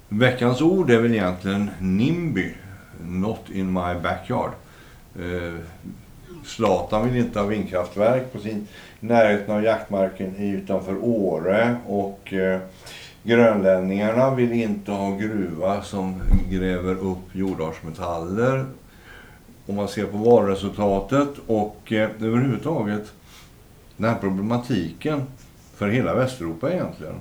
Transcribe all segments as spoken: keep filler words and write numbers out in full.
Veckans ord är väl egentligen NIMBY, not in my backyard. Eh, Zlatan vill inte ha vindkraftverk på sin närheten av jaktmarken utanför Åre, och eh, grönlänningarna vill inte ha gruva som gräver upp jordartsmetaller. Om man ser på valresultatet och eh, överhuvudtaget den här problematiken för hela Västeuropa egentligen.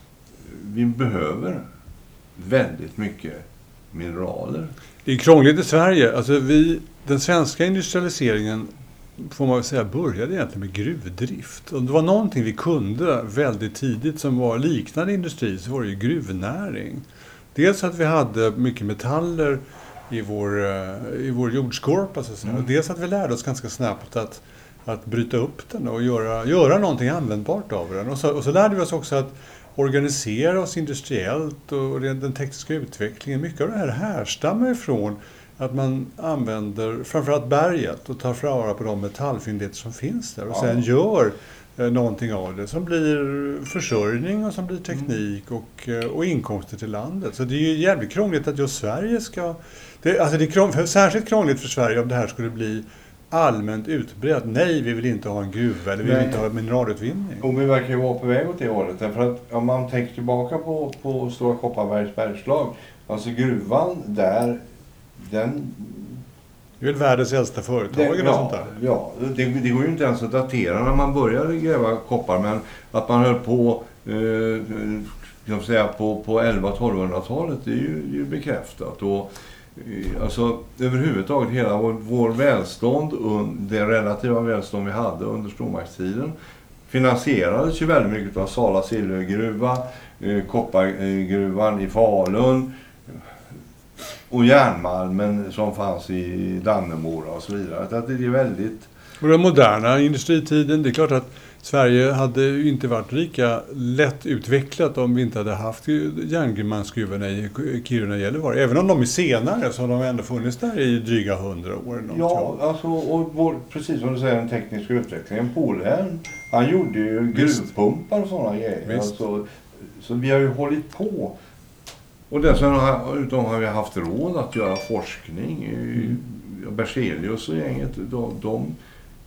Vi behöver väldigt mycket mineraler. Det är krångligt i Sverige. Alltså vi, den svenska industrialiseringen, får man väl säga, började egentligen med gruvdrift. Och det var någonting vi kunde väldigt tidigt som var liknande industri, så var det ju gruvnäring. Dels att vi hade mycket metaller i vår, i vår jordskorpa, så att säga. Mm. Och dels att vi lärde oss ganska snabbt att, att bryta upp den och göra, göra någonting användbart av den. Och så, och så lärde vi oss också att organisera oss industriellt, och den tekniska utvecklingen. Mycket av det här härstammar ifrån att man använder framförallt berget och tar fram på de metallfyndigheter som finns där och ja. sen gör eh, någonting av det som blir försörjning och som blir teknik och, eh, och inkomster till landet. Så det är ju jävligt krångligt att just Sverige ska... Det, alltså det är krång, särskilt krångligt för Sverige om det här skulle bli allmänt utbrett. Nej, vi vill inte ha en gruva eller vi vill Nej. inte ha mineralutvinning. Och vi verkar ju vara på väg åt det hållet. Därför att om man tänker tillbaka på, på Stora Kopparbergs bergslag, alltså gruvan där, den... Det är väl världens äldsta företag det, eller ja, sånt där? Ja, det, det går ju inte ens att datera när man började gräva koppar, men att man höll på eh, kan säga, på, på elva-tolvhundratalet, det är ju, det är ju bekräftat. Och alltså överhuvudtaget hela vår, vår välstånd, det relativa välstånd vi hade under stormaktstiden, finansierades ju väldigt mycket av Sala silvergruva, eh, koppargruvan i Falun och järnmalmen som fanns i Dannemora och så vidare. Att det är väldigt... Och den moderna industritiden, det är klart att Sverige hade ju inte varit lika lätt utvecklat om vi inte hade haft järnmalmsgruvorna i Kiruna och Gällivare. Även om de är senare så har de ändå funnits där i dryga hundra år. Ja, alltså, och vår, precis som du säger, den tekniska utvecklingen. Polhem, han gjorde ju gruvpumpar och sådana grejer. Alltså, så vi har ju hållit på. Och dessutom har vi haft råd att göra forskning. Mm. Berzelius och gänget, de... de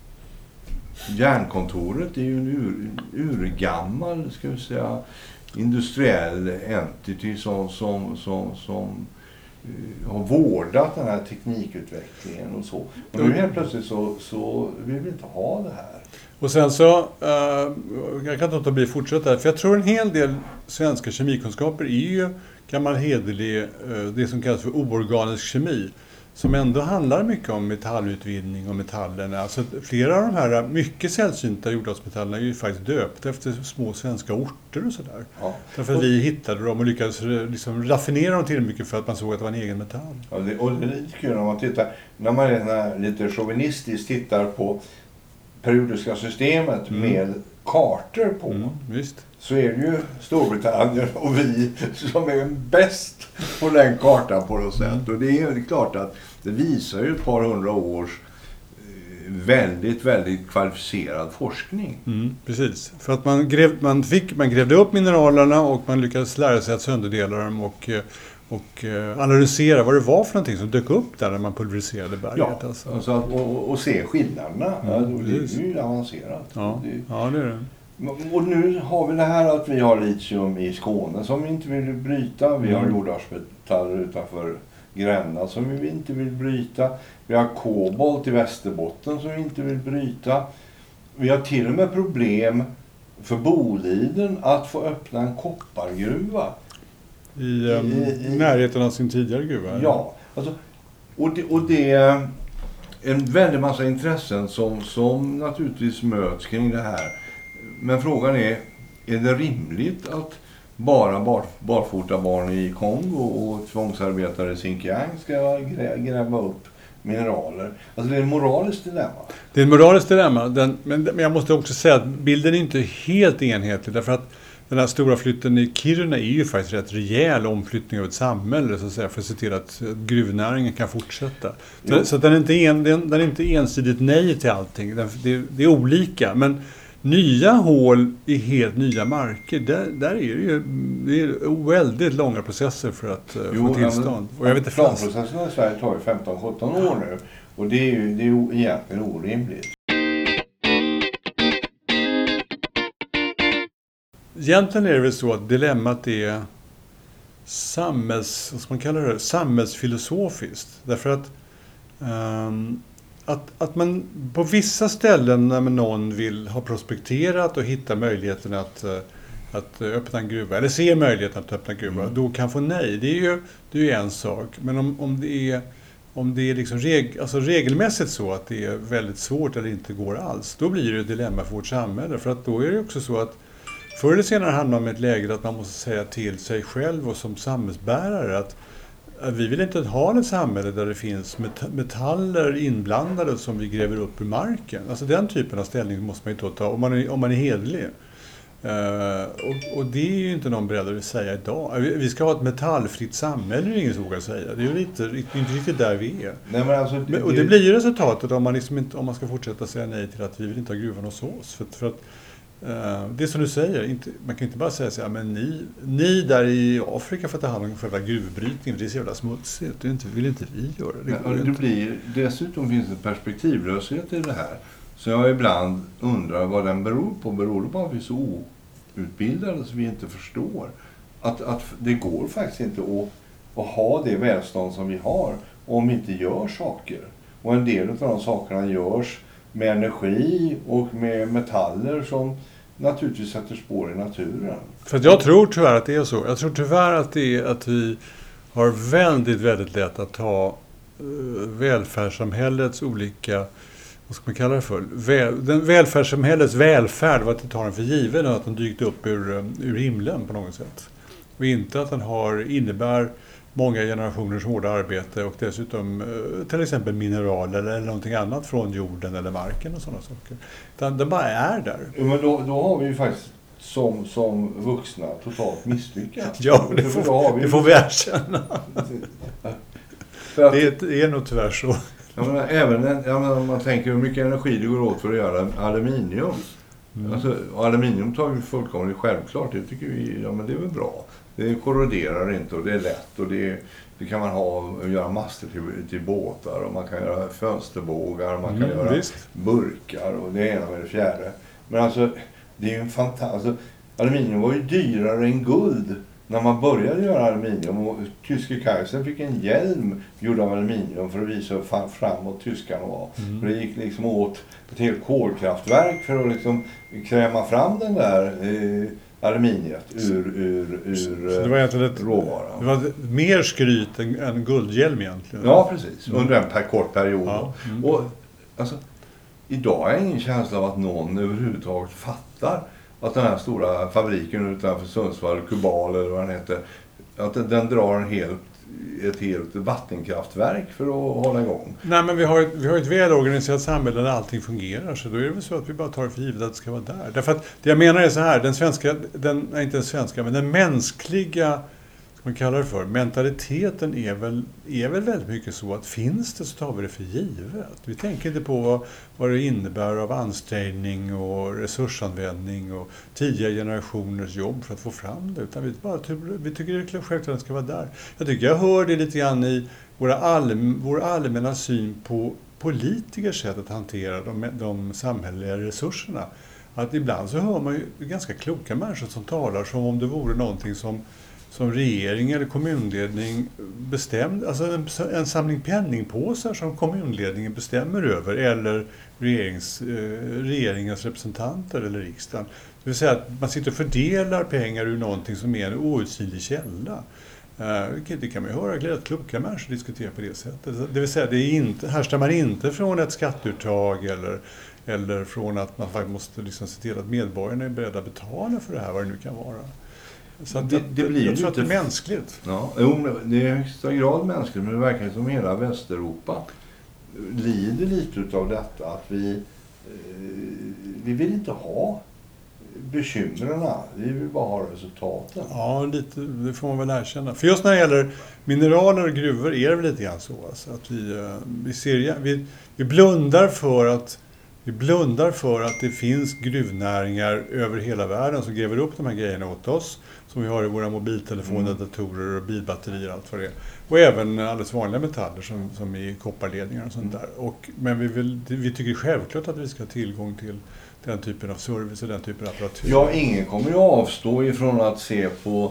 Järnkontoret är ju en ur, urgammal, ska vi säga, industriell entity som, som, som, som uh, har vårdat den här teknikutvecklingen och så. Och nu helt plötsligt så, så vill vi inte ha det här. Och sen så, uh, jag kan inte bli fortsätta, för jag tror en hel del svenska kemikunskaper är ju gammal hederlig, uh, det som kallas för oorganisk kemi, som ändå handlar mycket om metallutvinning och metallerna. Alltså flera av de här mycket sällsynta jordartsmetallerna är ju faktiskt döpta efter små svenska orter och sådär. Ja. Därför att vi hittade dem och lyckades liksom raffinera dem till mycket för att man såg att det var en egen metall. Ja, det, och det är lite kul när man tittar, när man är lite chauvinistiskt tittar på periodiska systemet mm. med kartor på. Mm, visst. Så är det ju Storbritannien och vi som är bäst på den kartan på något sätt. Mm. Och det är ju klart att det visar ju ett par hundra års väldigt, väldigt kvalificerad forskning. Mm, precis. För att man, gräv, man, fick, man grävde upp mineralerna och man lyckades lära sig att sönderdela dem och, och analysera vad det var för någonting som dök upp där när man pulveriserade berget. Ja, alltså. Alltså, och, och se skillnaderna. Mm, ja, det är ju avancerat. Ja, det, ja, det är det. Och nu har vi det här att vi har litium i Skåne som vi inte vill bryta. Vi har mm. jordartsmetaller utanför Gränna som vi inte vill bryta. Vi har kobolt i Västerbotten som vi inte vill bryta. Vi har till och med problem för Boliden att få öppna en koppargruva. I, um, I, i närheten av sin tidigare gruva? Ja, alltså, och, det, och det är en väldigt massa intressen som, som naturligtvis möts kring det här. Men frågan är, är det rimligt att bara bar, barfota barn i Kongo och tvångsarbetare i Xinjiang ska grä, gräva upp mineraler? Alltså det är ett moraliskt dilemma. Det är ett moraliskt dilemma, den, men, men jag måste också säga att bilden är inte helt enhetlig, därför att den här stora flytten i Kiruna är ju faktiskt rätt rejäl omflyttning av ett samhälle så att säga, för att se till att gruvnäringen kan fortsätta. Så, så den, är inte en, den, den är inte ensidigt nej till allting, den, det, det är olika, men nya hål i helt nya marker, där, där är det ju det är väldigt långa processer för att uh, jo, få tillstånd. Och jag vet inte, planprocesserna i Sverige tar ju femton sjutton år nu. Och det är ju det är egentligen orimligt. Egentligen är det väl så att dilemmat är samhälls, vad ska man kalla det, samhällsfilosofiskt. Därför att, um, att, att man på vissa ställen när man någon vill ha prospekterat och hitta möjligheten att, att öppna en gruva, eller ser möjligheten att öppna en gruva, mm. då kan få nej. Det är ju, det är ju en sak. Men om, om det är, om det är liksom reg, alltså regelmässigt så att det är väldigt svårt eller inte går alls, då blir det ett dilemma för vårt samhälle. För att då är det också så att förr eller senare handlar det om ett läge att man måste säga till sig själv och som samhällsbärare att, att vi vill inte ha ett samhälle där det finns metaller inblandade som vi gräver upp ur marken. Alltså den typen av ställning måste man ju då ta om man är, om man är hederlig. Uh, och, och det är ju inte någon beredd att säga idag. Vi, vi ska ha ett metallfritt samhälle, det är ingen som vågar säga. Det är ju lite, inte riktigt där vi är. Nej, men alltså, det, och det blir ju resultatet om man, liksom inte, om man ska fortsätta säga nej till att vi vill inte ha gruvan hos oss. För, för att Uh, det som du säger, inte, man kan inte bara säga så här, men ni, ni där i Afrika får ta hand om själva gruvbrytningen, det är så jävla smutsigt, det inte, vill inte vi göra det. Ja, det blir, dessutom finns det perspektivlöshet i det här. Så jag ibland undrar vad den beror på. Beror det på att vi är så outbildade så vi inte förstår att, att det går faktiskt inte att, att ha det välstånd som vi har om vi inte gör saker. Och en del av de sakerna görs med energi och med metaller som naturligtvis sätter spår i naturen. För att jag tror tyvärr att det är så. Jag tror tyvärr att det är att vi har väldigt, väldigt lätt att ta uh, välfärdssamhällets olika, vad ska man kalla det för? Väl, den välfärdssamhällets välfärd, vad att tar den för given och att den dykt upp ur, ur himlen på något sätt. Och inte att den har, innebär många generationers hårda arbete och dessutom till exempel mineraler eller någonting annat från jorden eller marken och sådana saker. Utan den bara är där. Men då, då har vi ju faktiskt som, som vuxna totalt misslyckats. Ja, det får, då har vi, det får vi erkänna. Att, det, är, det är nog tyvärr så. Jag menar, även jag menar, om man tänker hur mycket energi det går åt för att göra aluminium. Mm. Alltså, aluminium tar vi fullkomligt självklart. Det tycker vi, ja men det är väl bra. Det korroderar inte och det är lätt och det, det kan man ha och göra master till, till båtar och man kan göra fönsterbågar och man kan mm, göra visst. burkar och det ena med det fjärde. Men alltså, det är ju en fantastisk... Alltså, aluminium var ju dyrare än guld när man började göra aluminium. Och tyske Kaiser fick en hjälm gjord av aluminium för att visa hur framåt tyskarna var. Mm. För det gick liksom åt ett helt kolkraftverk för att liksom kräma fram den där... Eh, aluminiet ur, ur, ur så det var egentligen ett, råvaran. Det var mer skryt än, än guldhjälm egentligen. Ja, precis. Under en per kort period. Ja. Mm. Och alltså, idag har jag ingen känsla av att någon överhuvudtaget fattar att den här stora fabriken utanför Sundsvall, Kubal eller vad den heter, att den, den drar en helt, ett helt vattenkraftverk för att hålla igång. Nej, men vi har ett, vi har ett välorganiserat samhälle där allting fungerar, så då är det väl så att vi bara tar för givet att det ska vara där. Därför att det jag menar är så här, den svenska, den, nej, inte den svenska, men den mänskliga, ska man kalla det för, mentaliteten är väl, är väl väldigt mycket så att finns det så tar vi det för givet. Vi tänker inte på vad, vad det innebär av ansträngning och resursanvändning och tidiga generationers jobb för att få fram det, utan vi, bara, vi tycker det är självklart att den ska vara där. Jag tycker jag hör det lite grann i våra allm, vår allmänna syn på politikers sätt att hantera de, de samhälleliga resurserna. Att ibland så hör man ju ganska kloka människor som talar som om det vore någonting som som regering eller kommunledning bestämde, alltså en, en samling penningpåsar som kommunledningen bestämmer över eller regerings, eh, regeringens representanter eller riksdagen. Det vill säga att man sitter och fördelar pengar ur någonting som är en outsinlig källa. Eh, det kan man ju höra glädjande kloka människor diskutera på det sättet. Det vill säga det är inte, härstammar inte från ett skatteuttag eller, eller från att man faktiskt måste liksom se till att medborgarna är beredda att betala för det här, vad det nu kan vara. Så det, det, det blir jag tror att det är mänskligt. Ja, jo, det är i högsta grad mänskligt, men det verkar som hela Västeuropa lider lite av detta. Att vi, eh, vi vill inte ha bekymren, vi vill bara ha resultaten. Ja, lite, det får man väl erkänna. För just när det gäller mineraler och gruvor är det väl lite grann så. Alltså, att vi, vi, ser, vi, vi blundar för att Vi blundar för att det finns gruvnäringar över hela världen som gräver upp de här grejerna åt oss. Som vi har i våra mobiltelefoner, mm. datorer och bilbatterier och allt vad det är. Och även alldeles vanliga metaller som, som i kopparledningar och sånt där. Och, men vi, vill, vi tycker självklart att vi ska ha tillgång till den typen av service och den typen av apparatur. Ja, ingen kommer ju avstå ifrån att se på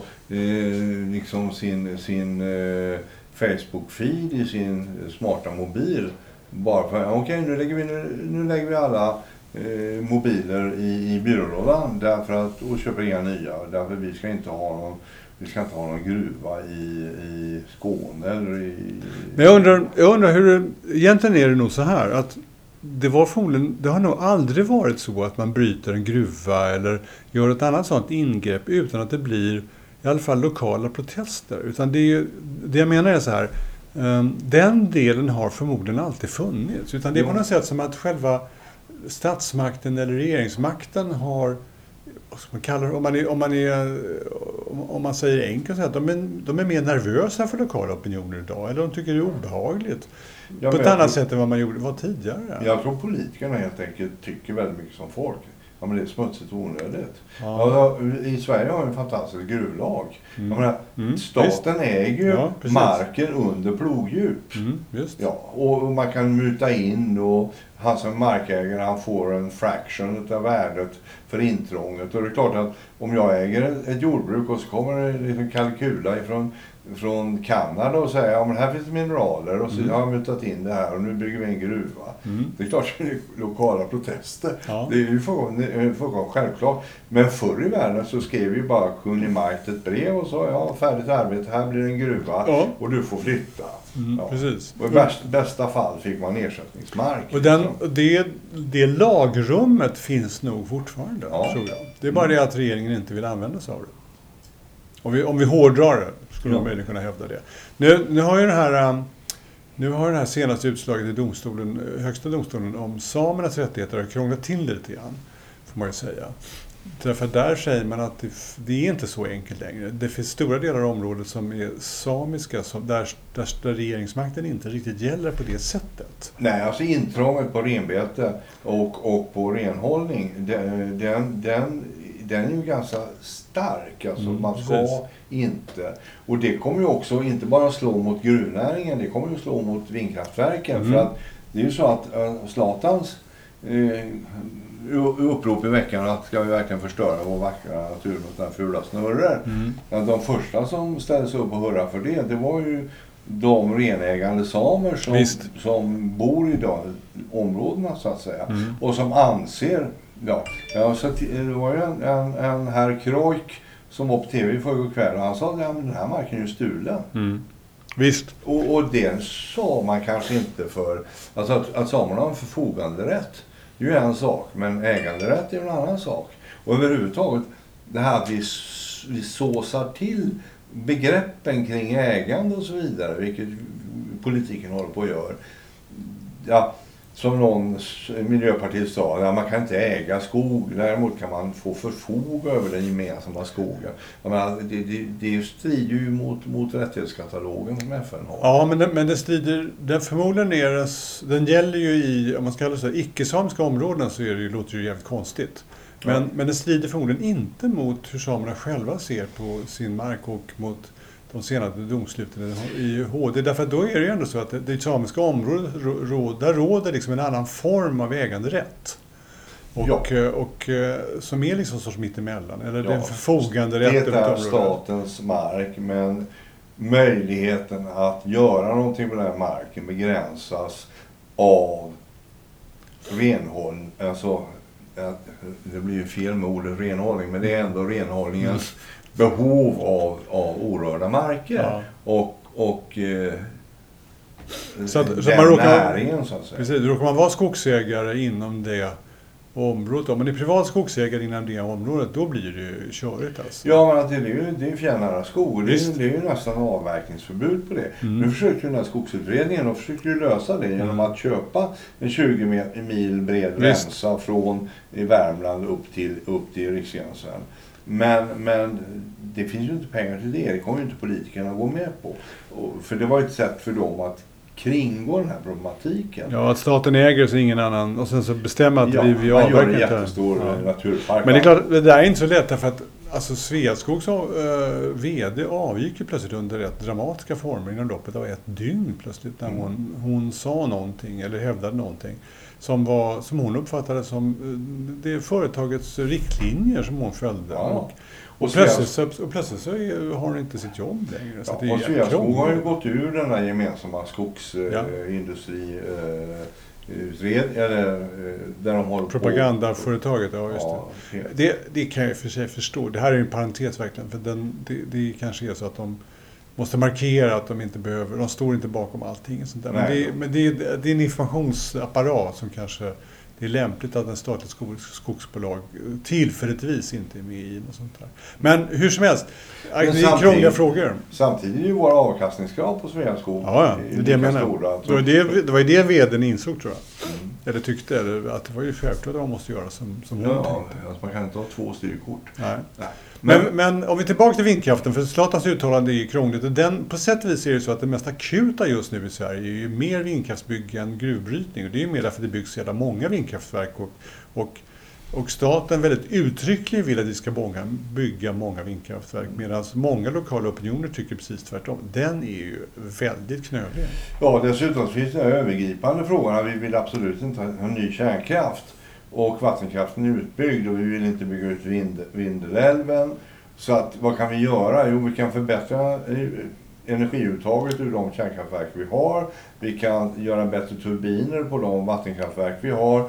eh, liksom sin, sin eh, Facebook-feed i sin smarta mobil. Bara för, okej, okay, nu, lägger vi, nu, nu lägger vi alla eh, mobiler i, i byrålådan därför att, och köper inga nya. Därför vi ska inte ha någon, vi ska inte ha någon gruva i, i Skåne eller i... Men jag undrar, jag undrar hur det, egentligen är det nog så här att det var förmodligen, det har nog aldrig varit så att man bryter en gruva eller gör ett annat sånt ingrepp utan att det blir i alla fall lokala protester. Utan det, är, det jag menar är så här, um, den delen har förmodligen alltid funnits. Utan det är på något sätt som att själva statsmakten eller regeringsmakten har, vad ska man kalla det, om man, är, om man, är, om man säger enkelt så att de är, de är mer nervösa för lokala opinioner idag. Eller de tycker det är obehagligt. Ja, på ett annat tror, sätt än vad man gjorde var tidigare. Jag tror politikerna helt enkelt tycker väldigt mycket som folk. Ja, men det är smutsigt och onödigt. Ja. Ja, i Sverige har vi en fantastisk gruvlag. Mm. Jag menar, mm. Staten just. äger ju ja, marken under plogdjup. Mm, just. Ja, och man kan muta in och han som markägare han får en fraction av värdet för intrånget. Och det är klart att om jag äger ett jordbruk och så kommer det en liten kalkula ifrån från Kanada och säga, ja men här finns det mineraler och så mm. har jag mutat in det här och nu bygger vi en gruva. Mm. Det är klart att det är lokala protester. Ja. Det är ju fullkomligt självklart. Men förr i världen så skrev vi bara Kunglig Maj:t ett brev och så, ja färdigt arbete, här blir en gruva ja. och du får flytta. Mm, ja. Precis. Och i bäst, bästa fall fick man ersättningsmark. Och den, det, det lagrummet finns nog fortfarande, ja. tror jag. Det är bara det att regeringen inte vill använda sig av det. Om vi, om vi hårdrar det skulle ja. man möjligen kunna hävda det. Nu, nu har ju den här, nu har den här senaste utslaget i domstolen, högsta domstolen om samernas rättigheter har krånglat till det lite grann, får man ju säga. Därför där säger man att det, det är inte så enkelt längre. Det finns stora delar av området som är samiska, som, där, där, där regeringsmakten inte riktigt gäller på det sättet. Nej, alltså intrånget på renbete och, och på renhållning, den, den, den, den är ju ganska stark. Alltså mm, man ska precis. inte. Och det kommer ju också inte bara slå mot gruvnäringen, det kommer ju slå mot vindkraftverken. Mm. För att det är ju så att äh, Zlatans eh, upprop i veckan att ska vi verkligen förstöra vår vackra natur med sådana fula snurror. Mm. Ja, de första som ställde sig upp och hurra för det, det var ju de renägande samer som, som bor i de områdena så att säga. Mm. Och som anser, ja, ja så det var ju en, en, en herr Krojk som var på tv i förrgår kväll och han sa att ja, den här marken är ju stulen. Mm. Visst. Och, och det sa man kanske inte för, alltså att, att samerna har en förfoganderätt. Det är ju en sak, men äganderätt är en annan sak. Och överhuvudtaget, det här att vi, vi såsar till begreppen kring ägande och så vidare, vilket politiken håller på att göra. Ja, som någon miljöpartist sa, ja, man kan inte äga skog, däremot kan man få förfoga över den gemensamma skogen. Jag menar, det, det, det strider ju mot, mot rättighetskatalogen som F N har. Ja, men, det, men det strider, den förmodligen är det, den gäller ju i, om man ska kalla det så, icke-samiska områden så är det ju, låter det ju jävligt konstigt. Men, ja. men det strider förmodligen inte mot hur samerna själva ser på sin mark och mot de senaste domsluten i H D. Därför att då är det ju ändå så att det, det samiska området, där råder liksom en annan form av äganderätt. Och, ja. och, och som är liksom sorts mittemellan. Eller ja. det är förfoganderätt. Det är statens mark, men möjligheten att göra någonting på den här marken begränsas av renhållning. Alltså, det blir ju fel med ordet renhållning, men det är ändå renhållningens mm. behov av, av orörda marker. Ja. Och, och eh, så att, den så man råkar, näringen så att säga. Precis, då råkar man vara skogsägare inom det området. Om man är privat skogsägare inom det området, då blir det ju körigt alltså. Ja, men att det är ju, det är ju fjärrnära skog. Det är, det är ju nästan avverkningsförbud på det. Mm. Nu försöker den här skogsutredningen och försöker ju lösa det genom mm. att köpa en tjugo mil bred remsa från i Värmland upp till, upp till Riksgränsen. Men, men det finns ju inte pengar till det. Det kommer ju inte politikerna gå med på. Och, för det var ett sätt för dem att kringgå den här problematiken. Ja, att staten äger så ingen annan och sen så bestämmer att ja, vi, vi avverkar inte. Ja, man gör en jättestor ja. naturpark. Men det är klart, det där är inte så lätt därför att alltså Sveaskogs uh, vd avgick ju plötsligt under rätt dramatiska former inom loppet av ett dygn plötsligt när hon, mm. hon sa någonting eller hävdade någonting som, var, som hon uppfattade som uh, det företagets riktlinjer som hon följde. Ja. Och, och, plötsligt så, och plötsligt så är, har hon inte sitt jobb längre. Så ja, det är och Sveaskog har ju gått ur den här gemensamma skogsindustri uh, uh, Utred, eller, där de håller propagandaföretaget, ja just ja, det. det. Det kan jag för sig förstå. Det här är en parentes verkligen. För den, det, det kanske är så att de måste markera att de inte behöver, de står inte bakom allting. Och sånt där. Men, det, men det, är, det är en informationsapparat som kanske det är lämpligt att en statlig skogsbolag tillfälligtvis inte är med i och sånt där. Men hur som helst, men det är krångliga frågor. Samtidigt är ju våra avkastningskrav på Sveaskog ja, ja, det, är det, jag menar. Stora, det, var det, det var ju det vdn insåg tror jag. Mm. Eller tyckte, eller att det var ju självklart att man måste göra som, som hon ja, tänkte. Alltså man kan inte ha två styrkort. Nej. Nej. Men, men, men om vi är tillbaka till vindkraften, för Zlatans uttalande är krångligt. Och den, på sätt och vis är det så att det mest akuta just nu i Sverige är ju mer vindkraftsbygge än gruvbrytning. Och det är ju mer därför det byggs så många vindkraftverk. Och, och, och staten väldigt uttryckligen vill att vi ska många, bygga många vindkraftverk. Medan många lokala opinioner tycker precis tvärtom. Den är ju väldigt knölig. Ja, dessutom finns det övergripande frågorna. Vi vill absolut inte ha ny kärnkraft. Och vattenkraften är utbyggd och vi vill inte bygga ut vind, Vindelälven. Så att, vad kan vi göra? Jo, vi kan förbättra energiuttaget ur de kärnkraftverk vi har. Vi kan göra bättre turbiner på de vattenkraftverk vi har.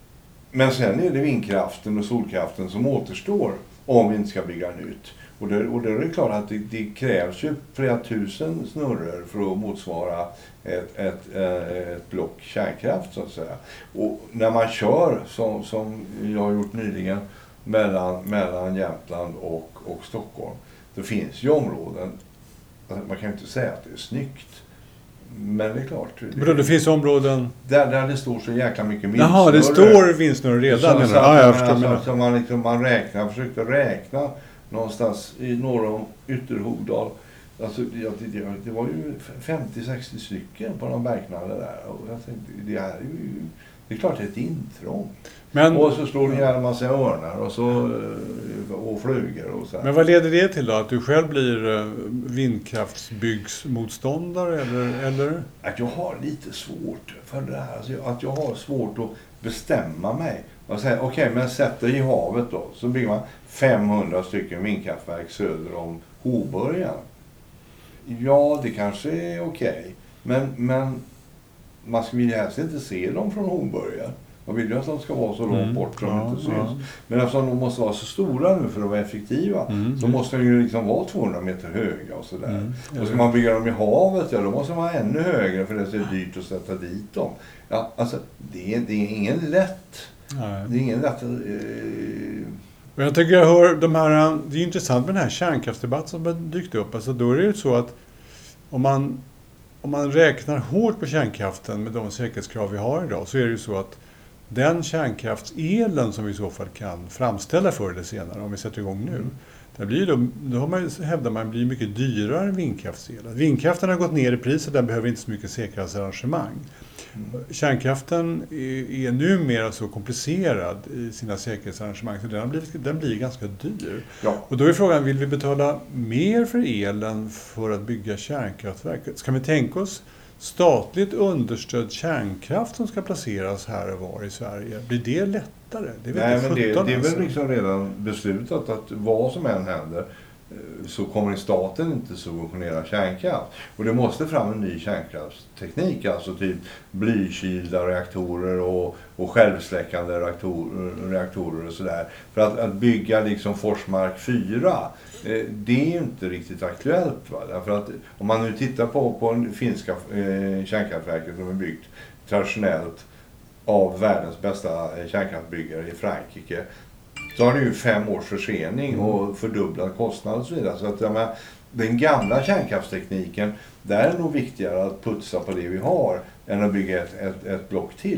Men sen är det vindkraften och solkraften som återstår om vi inte ska bygga nytt. Och det, och det är klart att det, det krävs ju flera tusen snurror för att motsvara ett, ett, ett block kärnkraft så att säga. Och när man kör som, som jag har gjort nyligen mellan, mellan Jämtland och, och Stockholm, då finns ju områden, man kan ju inte säga att det är snyggt. Men det är klart. Det, Bro, det finns områden... Där, där det står så jäkla mycket vindsnurror. Jaha, det står vindsnurror redan. Så, så, ja, jag förstår, alltså, så man, liksom, man räknar, försökte räkna någonstans i norr om Ytterhogdal. Alltså, det, det var ju femtio sextio stycken på de bergknader där. Och jag tänkte, det är ju... Det är klart det är ett intrång. Men, och så slår det ihjäl en massa örnar och, så, och flugor och så här. Men vad leder det till då? Att du själv blir vindkraftsbyggsmotståndare eller, eller? Att jag har lite svårt för det här. Alltså, att jag har svårt att bestämma mig. Och säga, okej, okay, men sätt det i havet då. Så bygger man femhundra stycken vindkraftverk söder om Hoburgen. Ja, det kanske är okej. Okay. Men, men man vill helst inte se dem från Hoburgen. Man vill ju att de ska vara så långt bort som ja, inte syns. Ja. Men eftersom de måste vara så stora nu för att vara effektiva mm. så måste de ju liksom vara tvåhundra meter höga och sådär. Mm. Och ska man bygga dem i havet, ja då måste de vara ännu högre för det är så dyrt att sätta dit dem. Ja, alltså det är, det är ingen lätt. Nej. Det är ingen lätt... Eh... Men jag tycker jag hör de här... Det är intressant med den här kärnkraftsdebatten som har dykt upp. Alltså då är det ju så att om man, om man räknar hårt på kärnkraften med de säkerhetskrav vi har idag så är det ju så att den kärnkraftselen som vi i så fall kan framställa förr eller senare, om vi sätter igång nu, mm. det blir då, då har man, hävdar man blir mycket dyrare än vindkraftselen. Vindkraften har gått ner i pris och den behöver inte så mycket säkerhetsarrangemang. Mm. Kärnkraften är, är numera så komplicerad i sina säkerhetsarrangemang så den, har blivit, den blir ganska dyr. Ja. Och då är frågan, vill vi betala mer för elen för att bygga kärnkraftverk? Ska vi tänka oss statligt understödd kärnkraft som ska placeras här och var i Sverige? Blir det lättare? Det är, Nej, men det, det är väl liksom redan beslutat att vad som än händer så kommer staten inte subventionera kärnkraft. Och det måste fram en ny kärnkraftsteknik, alltså typ blykylda reaktorer och, och självsläckande reaktorer, reaktorer och sådär. För att, att bygga liksom Forsmark fyra, eh, det är inte riktigt aktuellt. Va? Därför att om man nu tittar på, på en finska eh, kärnkraftverket som är byggt traditionellt av världens bästa kärnkraftbyggare i Frankrike, så har det ju fem års försening och fördubblad kostnad och så vidare. Så att ja, men, den gamla kärnkraftstekniken, där är det nog viktigare att putsa på det vi har än att bygga ett, ett, ett block till.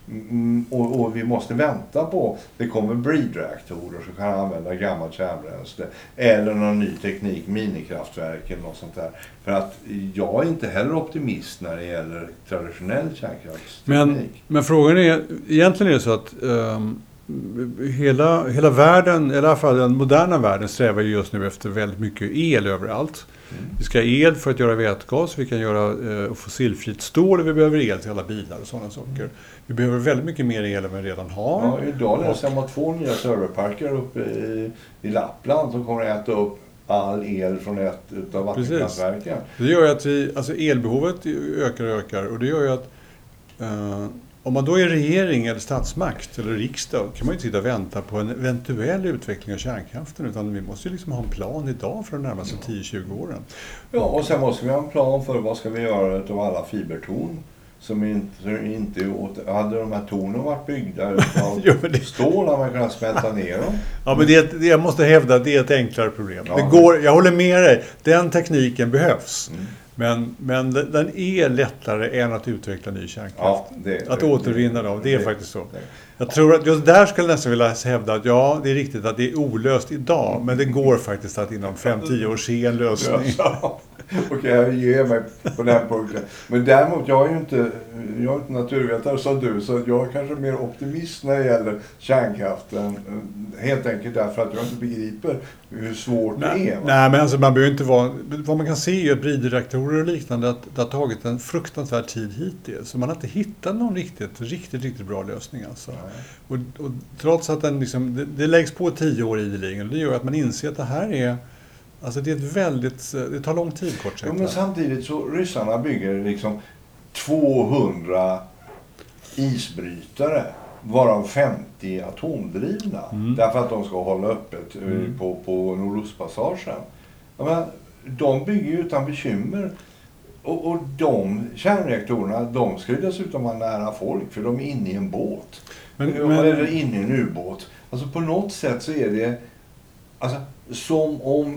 Mm, och, och vi måste vänta på det kommer bridreaktorer som kan använda gammalt kärnbränsle eller någon ny teknik, minikraftverk eller något sånt där. För att jag är inte heller optimist när det gäller traditionell kärnkraftsteknik. Men, men frågan är, egentligen är det så att um, hela, hela världen, i alla fall den moderna världen, strävar just nu efter väldigt mycket el överallt. Mm. Vi ska ha el för att göra vätgas, vi kan göra eh, fossilfritt stål och vi behöver el till alla bilar och sådana saker. Mm. Vi behöver väldigt mycket mer el än vi redan har. Ja, idag läser jag om två nya serverparker uppe i, i Lappland som kommer att äta upp all el från ett utav vattenkraftverken. Det gör ju att vi, alltså elbehovet ökar och ökar och det gör ju att eh, om man då är regering eller statsmakt eller riksdag kan man ju inte sitta och vänta på en eventuell utveckling av kärnkraften, utan vi måste ju liksom ha en plan idag för de närmaste tio till tjugo åren. Ja, och sen måste vi ha en plan för vad ska vi göra av alla fibertorn som inte, inte åt, hade de här tornen varit byggda av jo, det... stål när man kan smälta ner dem. Ja, men det, det, jag måste hävda att det är ett enklare problem. Ja. Det går, jag håller med dig, den tekniken behövs. Mm. Men, men den är lättare än att utveckla ny kärnkraft. Ja, det, att det, återvinna dem, det är det, faktiskt så. Det. Jag tror att just där skulle jag nästan vilja hävda att ja, det är riktigt att det är olöst idag. Men det går faktiskt att inom fem till tio år se en lösning. Ja, okej, jag ger mig på den punkten. Men däremot, jag är ju inte, jag är inte naturvetare som du, så jag är kanske mer optimist när det gäller kärnkraften. Helt enkelt därför att jag inte begriper hur svårt nej, det är. Va? Nej, men alltså man behöver inte vara... Vad man kan se är att bridreaktorer och liknande, att det har tagit en fruktansvärd tid hittills. Så man har inte hittat någon riktigt, riktigt, riktigt bra lösning alltså. Och, och trots att den liksom, det, det läggs på tio år ideligen, det gör att man inser att det här är... Alltså det är ett väldigt... Det tar lång tid kort sagt. Ja, men samtidigt så ryssarna bygger liksom tvåhundra isbrytare, varav femtio atomdrivna. Mm. Därför att de ska hålla öppet mm. på, på Nordostpassagen. Ja, men de bygger ju utan bekymmer. Och, och de kärnreaktorerna, de ska ju dessutom vara nära folk, för de är inne i en båt. Men, men... Eller inne i en ubåt. Alltså på något sätt så är det alltså, som om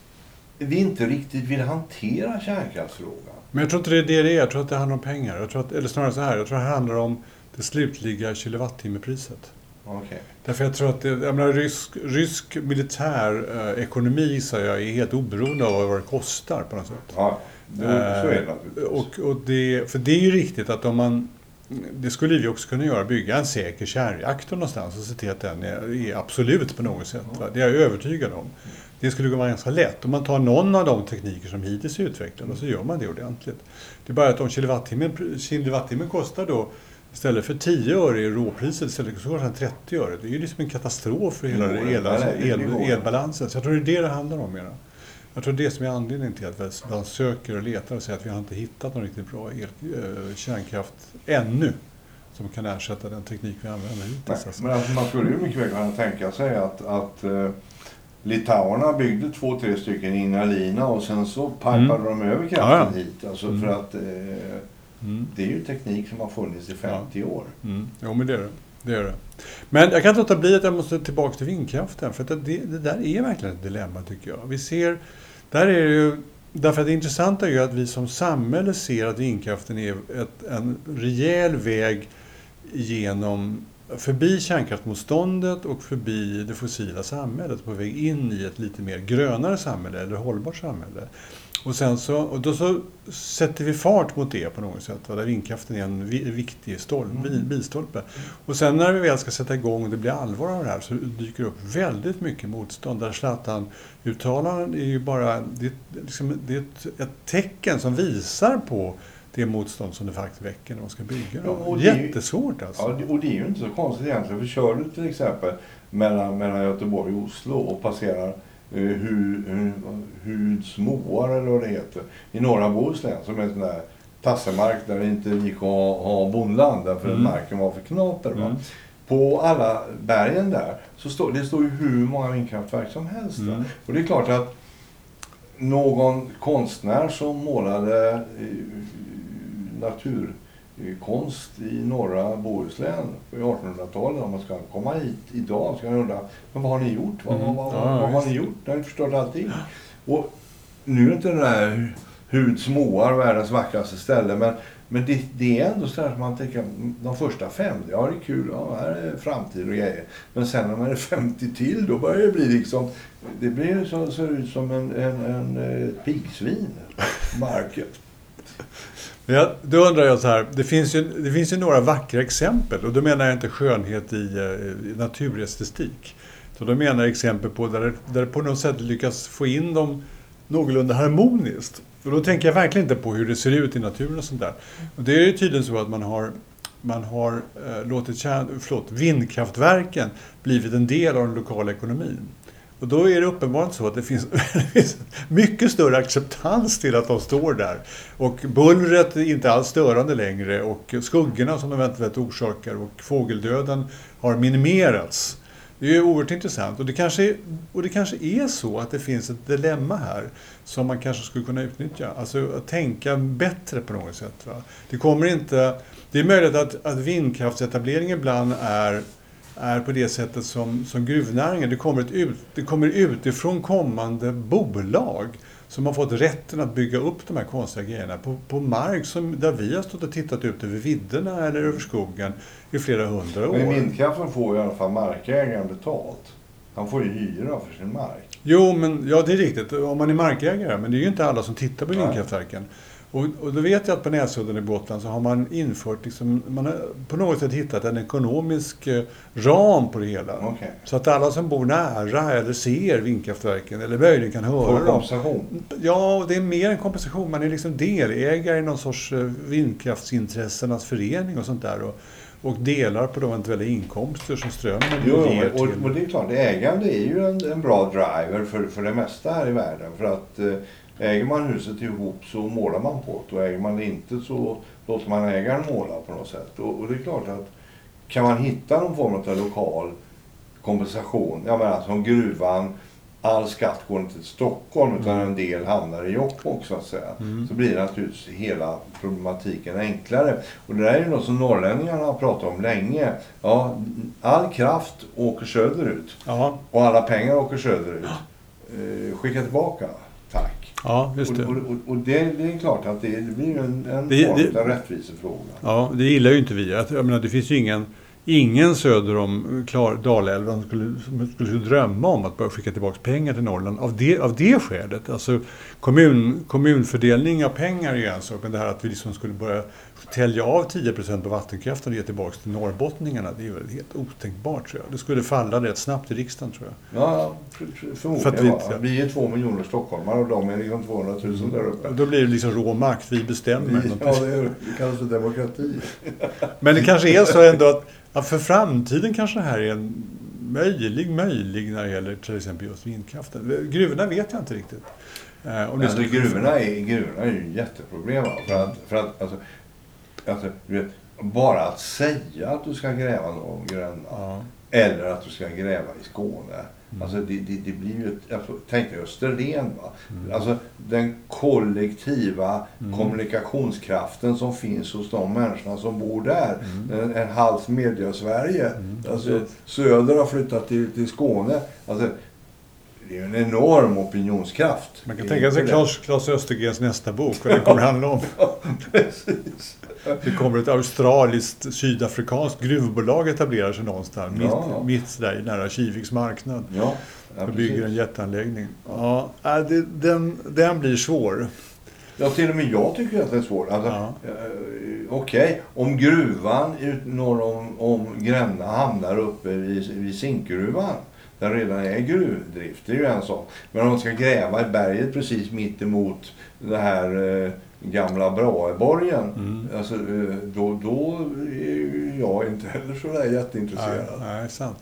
vi inte riktigt vill hantera kärnkraftsfrågan. Men jag tror inte det är det det är. Jag tror att det handlar om pengar. Jag tror att, eller snarare så här, jag tror att det handlar om det slutliga kilowattimmepriset. Okay. Därför jag tror att det, jag menar, rysk, rysk militär eh, ekonomi så jag, är helt oberoende av vad det kostar på något sätt. Ja, det, så är det naturligtvis. Och, och det, för det är ju riktigt att om man, det skulle vi också kunna göra, bygga en säker kärnreaktor någonstans och se till att den är, är absolut på något sätt. Va? Det är jag övertygad om. Det skulle vara ganska lätt. Om man tar någon av de tekniker som hittills är utvecklade så gör man det ordentligt. Det är bara att om kilowattimmen, kilowattimmen kostar då istället för tio öre i råpriset istället för kostar trettio öre. Det är ju liksom en katastrof för hela jo, el, alltså el, el, elbalansen. Så jag tror det är det det handlar om mera. Jag tror det är som är anledningen till att man söker och letar och säger att vi har inte hittat någon riktigt bra el, kärnkraft ännu som kan ersätta den teknik vi använder hittills. Alltså. Men alltså, man skulle ju mycket väl kunna tänka sig att, att uh, litauerna byggde två, tre stycken i Ignalina och sen så pipade mm. de över kraften ja, ja. hit. Alltså mm. för att uh, mm. det är ju teknik som har funnits i femtio år. Mm. Jo, men det är det. Det är det. Men jag kan inte låta bli att jag måste tillbaka till vindkraften. För att det, det där är verkligen ett dilemma tycker jag. Vi ser, där är det ju, därför att det intressanta är ju att vi som samhälle ser att vindkraften är ett, en rejäl väg genom, förbi kärnkraftmotståndet och förbi det fossila samhället på väg in i ett lite mer grönare samhälle eller hållbart samhälle. Och sen så, och då så sätter vi fart mot det på något sätt. Där vindkraften är en viktig stolp, mm. bilstolpe. Och sen när vi väl ska sätta igång och det blir allvar av det här så dyker det upp väldigt mycket motstånd. Där Zlatan-uttalanden är ju bara det, liksom, det är ett, ett tecken som visar på det motstånd som det faktiskt väcker när man ska bygga. Ja, och jättesvårt alltså. Ja, och det är ju inte så konstigt egentligen. För kör du till exempel mellan, mellan Göteborg och Oslo och passerar Hur, Hudsmoar eller vad det heter i norra Bohuslän som är en sån där tassemark där det inte gick att ha, ha bondland därför mm. marken var för knaper. Va? Mm. På alla bergen där så står det står ju hur många vindkraftverk som helst. Mm. Och det är klart att någon konstnär som målade naturkonst i norra Bohuslän på artonhundratalet, om man ska komma hit idag ska man undra, men vad har ni gjort? Vad, mm. vad, vad, ja, vad har ni gjort? Ni har förstått allting. Och nu är inte den där Hudsmoar världens vackraste ställe, men Men det, det är ändå så här som man tänker, de första fem, ja det är kul, ja här är framtid och grejer. Men sen när man är femtio till, då börjar det bli liksom, det blir så, så ut som en, en, en, en pigsvin, marken. Ja, då undrar jag så här, det finns ju, det finns ju några vackra exempel, och då menar jag inte skönhet i, i naturestetik. Så då menar jag exempel på där, där det på något sätt lyckas få in dem någorlunda harmoniskt. Och då tänker jag verkligen inte på hur det ser ut i naturen och sånt där. Och det är ju tydligen så att man har, man har eh, låtit kärn, förlåt, vindkraftverken blivit en del av den lokala ekonomin. Och då är det uppenbart så att det finns, det finns mycket större acceptans till att de står där. Och bullret är inte alls störande längre, och skuggorna som de eventuellt orsakar och fågeldöden har minimerats. Det är ju oerhört intressant, och det, kanske, och det kanske är så att det finns ett dilemma här som man kanske skulle kunna utnyttja. Alltså att tänka bättre på något sätt. Va? Det kommer inte, det är möjligt att, att vindkraftsetablering ibland är, är på det sättet som, som gruvnäringen. Det kommer, ett ut, det kommer utifrån kommande bolag som har fått rätten att bygga upp de här konstiga grejerna på, på mark som, där vi har stått och tittat ut över vidderna eller över skogen i flera hundra år. Men vindkraften får i alla fall markägaren betalt. Han får ju hyra för sin mark. Jo, men ja, det är riktigt. Om man är markägare, men det är ju inte alla som tittar på vindkraftverken. Och, och då vet jag att på Näsudden i Gotland så har man infört, liksom, man har på något sätt hittat en ekonomisk eh, ram på det hela. Okay. Så att alla som bor nära eller ser vindkraftverken eller möjligen kan höra får dem. kompensation? Ja, det är mer en kompensation. Man är liksom delägare i någon sorts eh, vindkraftsintressenas förening och sånt där. Och, och delar på de eventuella inkomster som strömmen jo, ger och, till. Och det är klart, ägande är ju en, en bra driver för, för det mesta här i världen. För att eh, äger man huset ihop så målar man på det. Och äger man det inte så låter man ägaren måla på något sätt. Och, och det är klart att kan man hitta någon form av lokal kompensation. Jag menar som gruvan, all skatt går inte till Stockholm utan en del hamnar i Jokkmokk så att säga. Mm. Så blir det naturligtvis hela problematiken enklare. Och det där är ju något som norrlänningarna har pratat om länge. Ja, all kraft åker söderut. Aha. Och alla pengar åker söderut. Eh, skicka tillbaka. Tack. Ja, just det. Och, och, och det, det är klart att det, det blir en, en det, form det, av rättvisefråga. Ja, det gillar ju inte vi. Jag menar, det finns ju ingen, ingen söder om klar, Dalälven skulle, som skulle drömma om att börja skicka tillbaka pengar till Norrland av det, av det skälet. Alltså kommun, kommunfördelning av pengar är ju en sak, men det här att vi liksom skulle börja tälja av tio procent på vattenkraften och ge tillbaka till norrbottningarna, det är väl helt otänkbart tror jag. Det skulle falla rätt snabbt i riksdagen tror jag. Ja, förmodligen. För att vi, ja. Vi är två miljoner stockholmare och de är liksom tvåhundratusen där uppe. Då blir det liksom rå makt, vi bestämmer. Vi, ja, det är kanske demokrati. Men det kanske är så ändå att, att för framtiden kanske det här är en möjlig, möjlig när det gäller till exempel just vindkraften. Gruvorna vet jag inte riktigt. Eh, om alltså, gruvorna, är, gruvorna är ju jätteproblem. För att, för att alltså, alltså, du vet, bara att säga att du ska gräva någon gränna ja. Eller att du ska gräva i Skåne. Mm. Alltså det, det, det blir ju ett, alltså, tänk dig Österlen va. Mm. Alltså den kollektiva mm. kommunikationskraften som finns hos de människorna som bor där. Mm. En, en halv media-Sverige. Mm. Alltså söder har flyttat till, till Skåne. Alltså det är en enorm opinionskraft. Man kan tänka sig Claes, Claes Östergrens nästa bok, vad den kommer handla om. Ja, precis. Det kommer ett australiskt, sydafrikanskt gruvbolag etablerar sig någonstans. Ja. Mitt, mitt där nära Kiviks marknad. Ja, ja, bygger en jätteanläggning. Ja, det, den, den blir svår. Ja, till och med jag tycker att det är svårt. Alltså, ja. eh, Okej, okay. Om gruvan ut norr om, om Gränna hamnar uppe vid, vid Zinkgruvan. Den redan är gruvdrift, det är ju en sak. Men om man ska gräva i berget precis mitt emot det här eh, gamla Braeborgen, mm. alltså, eh, då, då är jag inte heller så där jätteintresserad. Nej, nej, sant.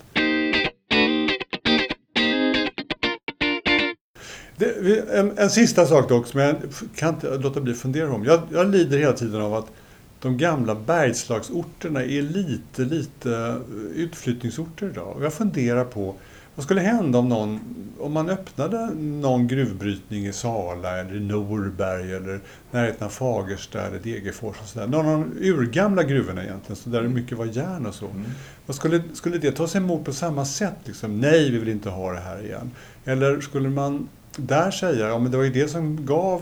Det, en, en sista sak dock som jag kan inte låta bli fundera om. Jag, jag lider hela tiden av att de gamla bergslagsorterna är lite, lite utflyttningsorter idag. Och jag funderar på vad skulle hända om, någon, om man öppnade någon gruvbrytning i Sala eller i Norberg eller närheten av Fagersta eller Degerfors och sådär. Någon av de urgamla gruvorna egentligen, så där det mycket var järn och så. Mm. Vad skulle, skulle det tas emot på samma sätt? Liksom? Nej, vi vill inte ha det här igen. Eller skulle man där säga, ja men det var ju det som gav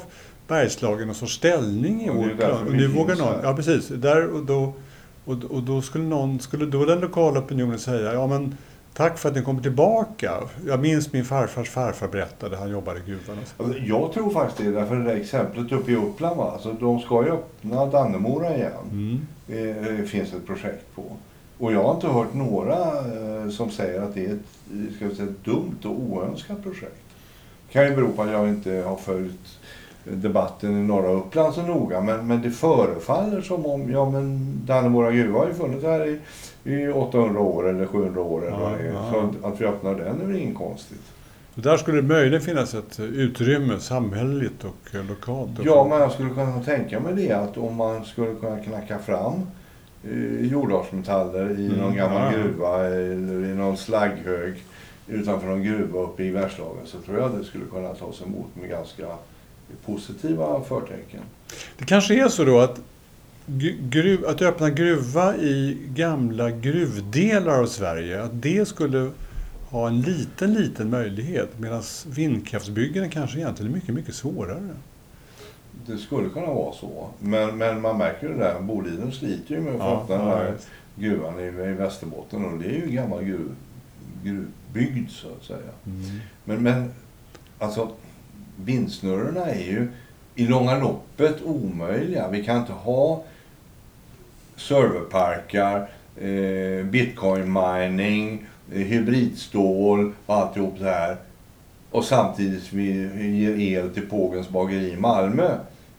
Bergslagen någon sorts ställning i Och det är vårt därför land. Och vi nu finns vågar någon, här. ja precis, där och då, och, och då skulle någon, skulle då den lokala opinionen säga, ja men tack för att ni kommer tillbaka. Jag minns min farfars farfar berättade, han jobbade i gruvan. Alltså, jag tror faktiskt det, därför det där exemplet uppe i Uppland, va? Alltså, de ska ju öppna Dannemora igen. Mm. Eh, Det finns ett projekt på. Och jag har inte hört några eh, som säger att det är ett, ska vi säga, ett dumt och oönskat projekt. Kan ju bero på att jag inte har följt debatten i norra Uppland så noga, men, men det förefaller som om, ja men Dannemora gruva har ju funnits här i, i åttahundra år eller sjuhundra år eller Ja, vad det är. ja. Så att, att vi öppnar den är väl inget konstigt. Så där skulle det möjligen finnas ett utrymme samhälleligt och eh, lokalt. Ja, men jag skulle kunna tänka mig det, att om man skulle kunna knacka fram eh, jordartsmetaller i Mm, någon gammal ja. gruva eller i någon slagghög utanför någon gruva uppe i Bergslagen, så tror jag det skulle kunna tas emot med ganska positiva förtecken. Det kanske är så då att, gruv, att öppna gruva i gamla gruvdelar av Sverige, att det skulle ha en liten, liten möjlighet, medan vindkraftsbyggen kanske egentligen är mycket, mycket svårare. Det skulle kunna vara så. Men, men man märker ju det där, Boliden sliter ju med att få Ja, öppna den ja, här just. gruvan i, i Västerbotten, och det är ju en gammal gruv, gruvbygd så att säga. Mm. Men, men alltså, vindsnurrorna är ju i långa loppet omöjliga. Vi kan inte ha serverparkar, eh, bitcoin mining, eh, hybridstål och alltihop det här. Och samtidigt vi ger el till Pågens bageri i Malmö.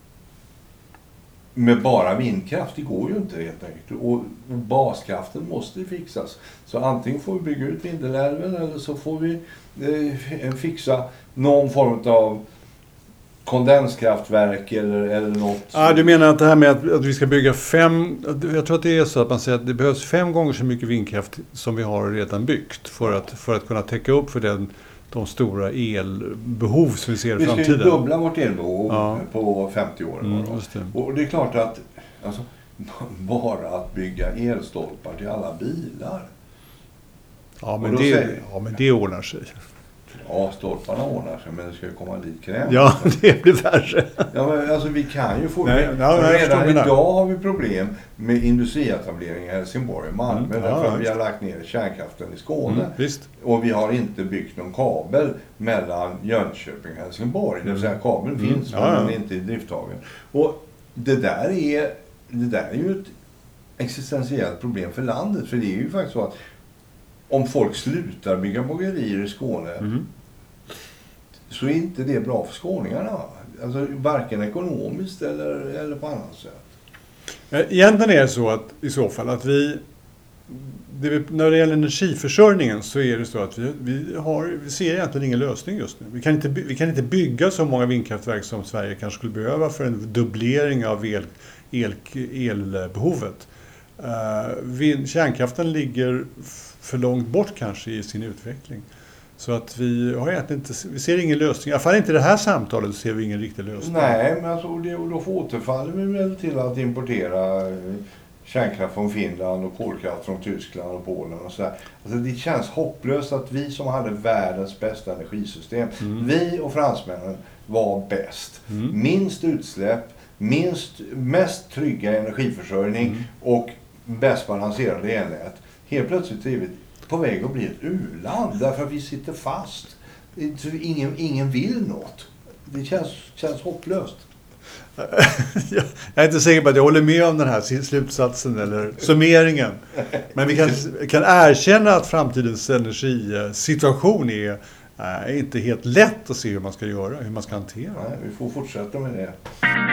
Med bara vindkraft, det går ju inte helt enkelt. Och, och baskraften måste fixas. Så antingen får vi bygga ut Vindelälven eller så får vi eh, fixa någon form av kondenskraftverk eller, eller något. Ah, du menar att det här med att, att vi ska bygga fem... Jag tror att det är så att man säger att det behövs fem gånger så mycket vindkraft som vi har redan byggt för att, för att kunna täcka upp för den, de stora elbehov som vi ser i vi ska framtiden. ju dubbla vårt elbehov Ja. på femtio år. Mm, då. just det. Och det är klart att alltså, bara att bygga elstolpar till alla bilar. Ja, Och men då det, säger- ja, men det ordnar sig. Ja, stolparna ordnar sig, men det ska ju komma dit kräm. Ja, det blir värre. Ja, men alltså vi kan ju få... Nej, ja, jag förstår redan mina. idag har vi problem med industrietablering i Helsingborg och Malmö. Mm, ja, därför att vi just. har lagt ner kärnkraften i Skåne. Mm, visst. Och vi har inte byggt någon kabel mellan Jönköping och Helsingborg. Det vill säga kabeln Mm. finns, Ja, men ja. den är inte idrifttagen. Och det där, är, det där är ju ett existentiellt problem för landet. För det är ju faktiskt så att om folk slutar bygga bagerier i Skåne, Mm. så är inte det bra för skåningarna. Alltså varken ekonomiskt eller, eller på annat sätt. Egentligen är det så att i så fall att vi, det vi när det gäller energiförsörjningen så är det så att vi, vi, har, vi ser egentligen ingen lösning just nu. Vi kan, inte, vi kan inte bygga så många vindkraftverk som Sverige kanske skulle behöva för en dubblering av el, el, elbehovet. Uh, vind, kärnkraften ligger f- för långt bort kanske i sin utveckling. Så att vi har egentligen inte, vi ser ingen lösning. I alla fall inte i det här samtalet ser vi ingen riktig lösning. Nej, men alltså, det, och då återfaller vi väl till att importera eh, kärnkraft från Finland och kolkraft från Tyskland och Polen och sådär. Alltså det känns hopplöst att vi som hade världens bästa energisystem, Mm. vi och fransmännen var bäst. Mm. Minst utsläpp, minst, mest trygga energiförsörjning Mm. och bäst balanserade elnät. Helt plötsligt är vi på väg att bli ett u-land därför att vi sitter fast. Ingen, ingen vill något. Det känns, känns hopplöst. Jag är inte säker på att jag håller med om den här slutsatsen eller summeringen. Men vi kan, kan erkänna att framtidens energisituation är äh, inte helt lätt att se hur man ska göra, hur man ska hantera. Nej, vi får fortsätta med det.